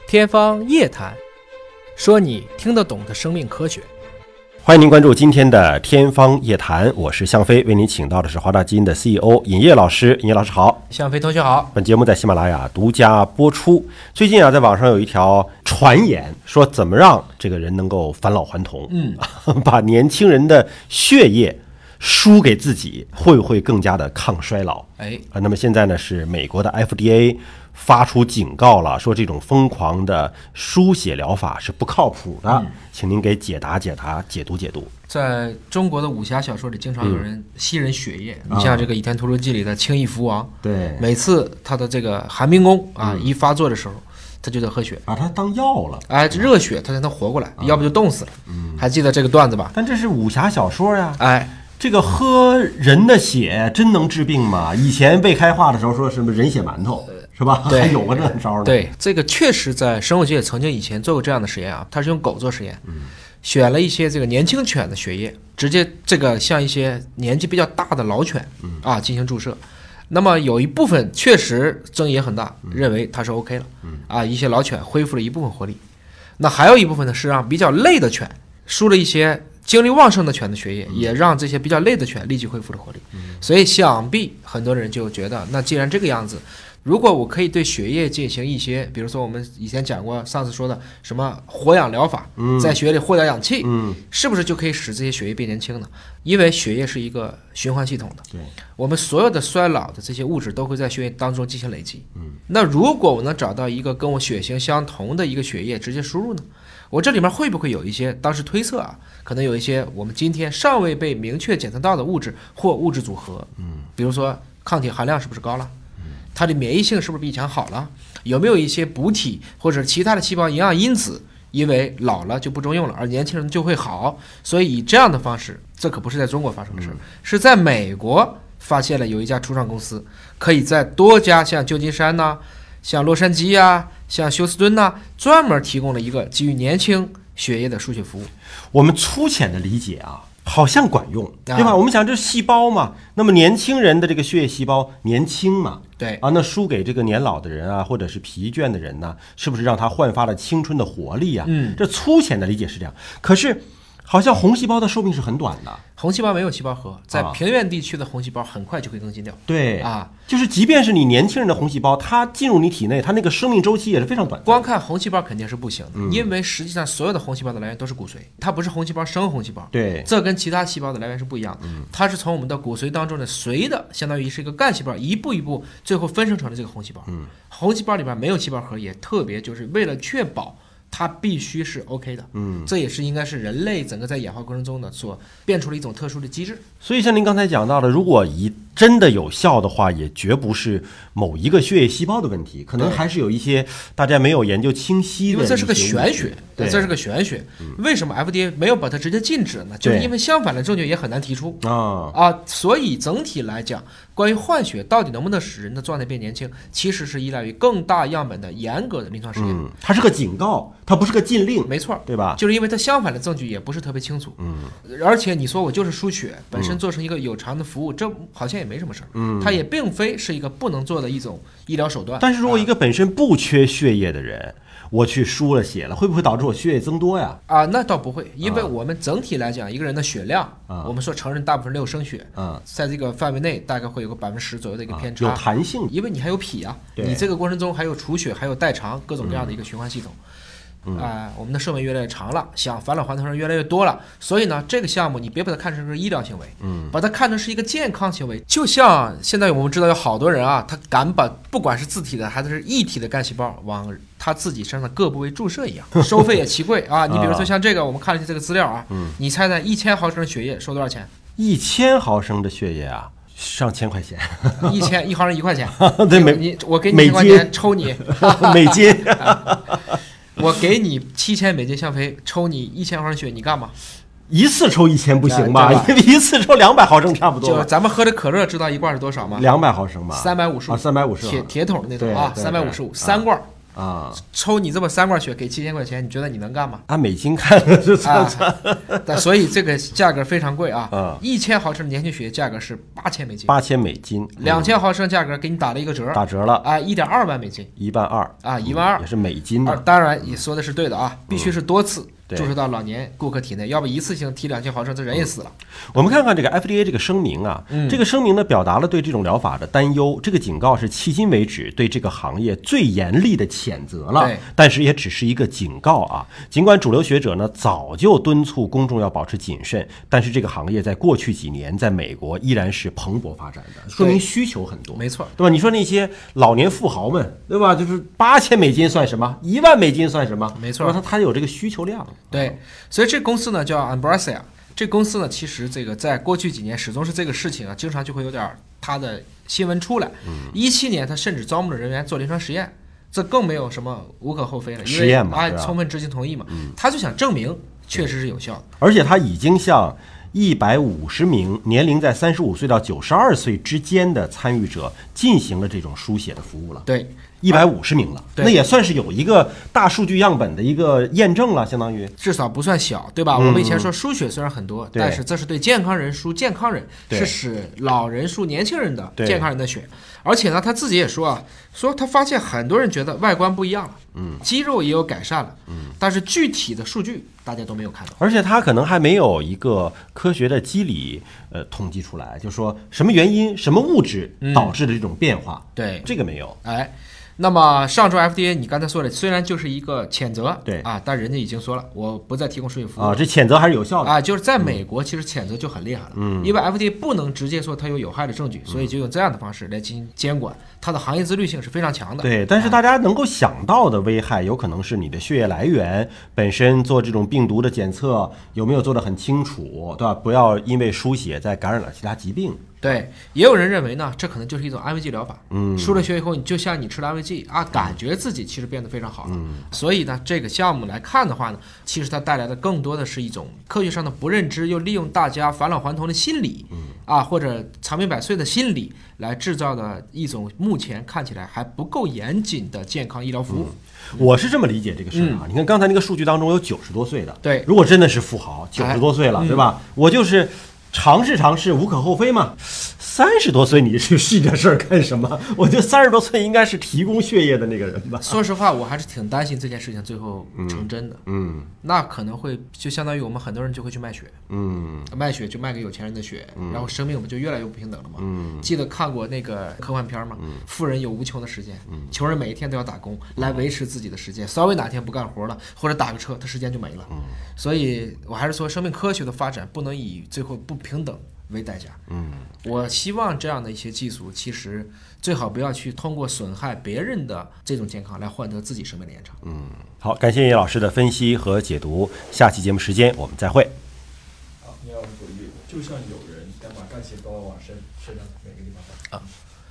天方夜谭，说你听得懂的生命科学。 欢迎您关注今天的天方夜谭，我是向飞，为您请到的是华大基因的 CEO 尹烨老师。尹烨老师好。 向飞同学好。 本节目在喜马拉雅独家播出。最近在网上有一条传言，说怎么让这个人能够返老还童，把年轻人的血液输给自己，会不会更加的抗衰老？那么现在呢，是美国的 FDA 发出警告了，说这种疯狂的输血疗法是不靠谱的，请您给解答解答、解读解读。 在中国的武侠小说里，经常有人吸人血液，你像这个《倚天屠龙记》里的青翼蝠王， 对， 每次他的这个寒冰功一发作的时候，他就得喝血， 把它当药了， 热血他才能活过来，要不就冻死了。还记得这个段子吧？ 但这是武侠小说呀，这个喝人的血真能治病吗？以前未开化的时候说什么人血馒头，是吧？ 对， 还有个这招呢。 对，这个确实在生物界曾经以前做过这样的实验啊，他是用狗做实验，选了一些这个年轻犬的血液，直接这个像一些年纪比较大的老犬进行注射。那么有一部分确实争议也很大，认为它是 OK 了，一些老犬恢复了一部分活力。那还有一部分呢是让比较累的犬输了一些精力旺盛的犬的血液，也让这些比较累的犬立即恢复了活力。所以想必很多人就觉得，那既然这个样子，如果我可以对血液进行一些，比如说我们以前讲过，上次说的什么活氧疗法，在血液里获得氧气，是不是就可以使这些血液变年轻呢？因为血液是一个循环系统的，对，我们所有的衰老的这些物质都会在血液当中进行累积。那如果我能找到一个跟我血型相同的一个血液直接输入呢？我这里面会不会有一些当时推测可能有一些我们今天尚未被明确检测到的物质或物质组合，比如说抗体含量是不是高了，它的免疫性是不是比以前好了，有没有一些补体或者其他的细胞营养因子，因为老了就不中用了，而年轻人就会好。所以以这样的方式，这可不是在中国发生的事，是在美国发现了有一家初创公司可以在多家像旧金山像洛杉矶像休斯敦专门提供了一个基于年轻血液的输血服务。 我们粗浅的理解好像管用，对吧？我们想这是细胞嘛，那么年轻人的这个血液细胞年轻嘛， 对那输给这个年老的人或者是疲倦的人呢，是不是让他焕发了青春的活力这粗浅的理解是这样。可是好像红细胞的寿命是很短的， 红细胞没有细胞核，在平原地区的红细胞很快就会更新掉。 对就是即便是你年轻人的红细胞，它进入你体内，它那个生命周期也是非常短。 光看红细胞肯定是不行的，因为实际上所有的红细胞的来源都是骨髓，它不是红细胞生红细胞。 对， 这跟其他细胞的来源是不一样的，它是从我们的骨髓当中的髓的，相当于是一个干细胞，一步一步最后分生成了这个红细胞。红细胞里边没有细胞核，也特别就是为了确保它必须是 OK 的，这也是应该是人类整个在演化过程中呢所变出了一种特殊的机制。 所以像您刚才讲到的，如果真的有效的话，也绝不是某一个血液细胞的问题，可能还是有一些大家没有研究清晰的， 因为这是个玄学，这是个玄学。为什么 FDA 没有把它直接禁止呢？就是因为相反的证据也很难提出所以整体来讲，关于换血到底能不能使人的状态变年轻，其实是依赖于更大样本的严格的临床实验。 它是个警告，它不是个禁令， 没错， 对吧？ 就是因为它相反的证据也不是特别清楚。而且你说我就是输血本身做成一个有偿的服务，这好像也没什么事儿。它也并非是一个不能做的一种医疗手段。 但是如果一个本身不缺血液的人，我去输了血了，会不会导致我血液增多呀？ 那倒不会，因为我们整体来讲，一个人的血量，我们说成人大部分都有生血，在这个范围内大概会有个10%左右的一个偏差， 有弹性， 因为你还有脾你这个过程中还有储血，还有代偿，各种各样的一个循环系统。我们的寿命越来越长了，想返老还童的人越来越多了，所以呢，这个项目你别把它看成是医疗行为，把它看成是一个健康行为。就像现在我们知道有好多人他敢把不管是自体的还是异体的干细胞往他自己身上各部位注射一样，收费也奇贵你比如说像这个，我们看了一下这个资料你猜猜1000毫升的血液收多少钱 ？1000毫升的血液上千块钱 ，1毫升1块钱。 对， 我给你1000块钱抽你美金。 我给你7000美金向飞，抽你1000毫升血，你干嘛？ 一次抽1000不行吧？一次抽200毫升差不多。 就咱们喝的可乐，知道一罐是多少吗？ 200毫升吧， 355，350，铁桶的那种355，3罐啊， 抽你这么3罐血给7000块钱，你觉得你能干吗？ 按美金看是但所以这个价格非常贵啊。 嗯 1000毫升的年轻血液价格是8000美金 ，8000美金 ，2000毫升价格给你打了一个折， 打折了啊，1.2万美金 ，1.2万啊，12000 也是美金的。 当然也说的是对的啊，必须是多次对注射到老年顾客体内，要不一次性提2000毫升，这人也死了。 我们看看这个 FDA 这个声明啊，这个声明呢表达了对这种疗法的担忧，这个警告是迄今为止对这个行业最严厉的谴责了对， 但是也只是一个警告啊。尽管主流学者呢早就敦促公众要保持谨慎，但是这个行业在过去几年在美国依然是蓬勃发展的，说明需求很多， 没错， 对吧？你说那些老年富豪们，对吧？就是8000美金算什么，1万美金算什么？ 没错， 他有这个需求量。 对，所以这公司呢叫 Ambrosia， 这公司呢其实这个在过去几年始终是这个事情啊，经常就会有点它的新闻出来。17年他甚至招募了人员做临床实验，这更没有什么无可厚非了，因为实验嘛， 充分知情同意嘛，他就想证明确实是有效的， 而且他已经向150名年龄在35岁到92岁之间的参与者进行了这种输血的服务了。 对 ，150名了，那也算是有一个大数据样本的一个验证了，相当于至少不算小，对吧？我们以前说输血虽然很多，但是这是对健康人输健康人，是使老人输年轻人的健康人的血。而且呢，他自己也说啊，说他发现很多人觉得外观不一样了，肌肉也有改善了，但是具体的数据大家都没有看到， 而且他可能还没有一个科学的机理统计出来，就说什么原因、什么物质导致的这种变化， 对， 这个没有。 哎。那么上周 FDA 你刚才说的虽然就是一个谴责， 对啊，但人家已经说了，我不再提供输血服务啊，这谴责还是有效的啊。就是在美国，其实谴责就很厉害了，因为 FDA 不能直接说它有害的证据，所以就用这样的方式来进行监管，它的行业自律性是非常强的。 对，但是大家能够想到的危害，有可能是你的血液来源本身做这种病毒的检测有没有做得很清楚，对吧？不要因为输血再感染了其他疾病。 对，也有人认为呢，这可能就是一种安慰剂疗法。输了血以后，你就像你吃了安慰剂啊，感觉自己其实变得非常好了。所以呢，这个项目来看的话呢，其实它带来的更多的是一种科学上的不认知，又利用大家返老还童的心理，或者长命百岁的心理来制造的一种目前看起来还不够严谨的健康医疗服务。 我是这么理解这个事儿啊。你看刚才那个数据当中有90多岁的， 对， 如果真的是富豪，90多岁了，对吧？我就是尝试无可厚非嘛。30多岁你去试这事儿干什么？我觉得30多岁应该是提供血液的那个人吧。 说实话，我还是挺担心这件事情最后成真的。那可能会就相当于我们很多人就会去卖血，卖血就卖给有钱人的血，然后生命不就越来越不平等了吗？记得看过那个科幻片吗？富人有无穷的时间，穷人每一天都要打工来维持自己的时间，稍微哪天不干活了或者打个车，他时间就没了。所以我还是说，生命科学的发展不能以最后不平等为代价。我希望这样的一些技术，其实最好不要去通过损害别人的这种健康来换得自己生命的延长。 好，感谢叶老师的分析和解读，下期节目时间我们再会。 你要回忆，就像有人把干细胞往身上每个地方放。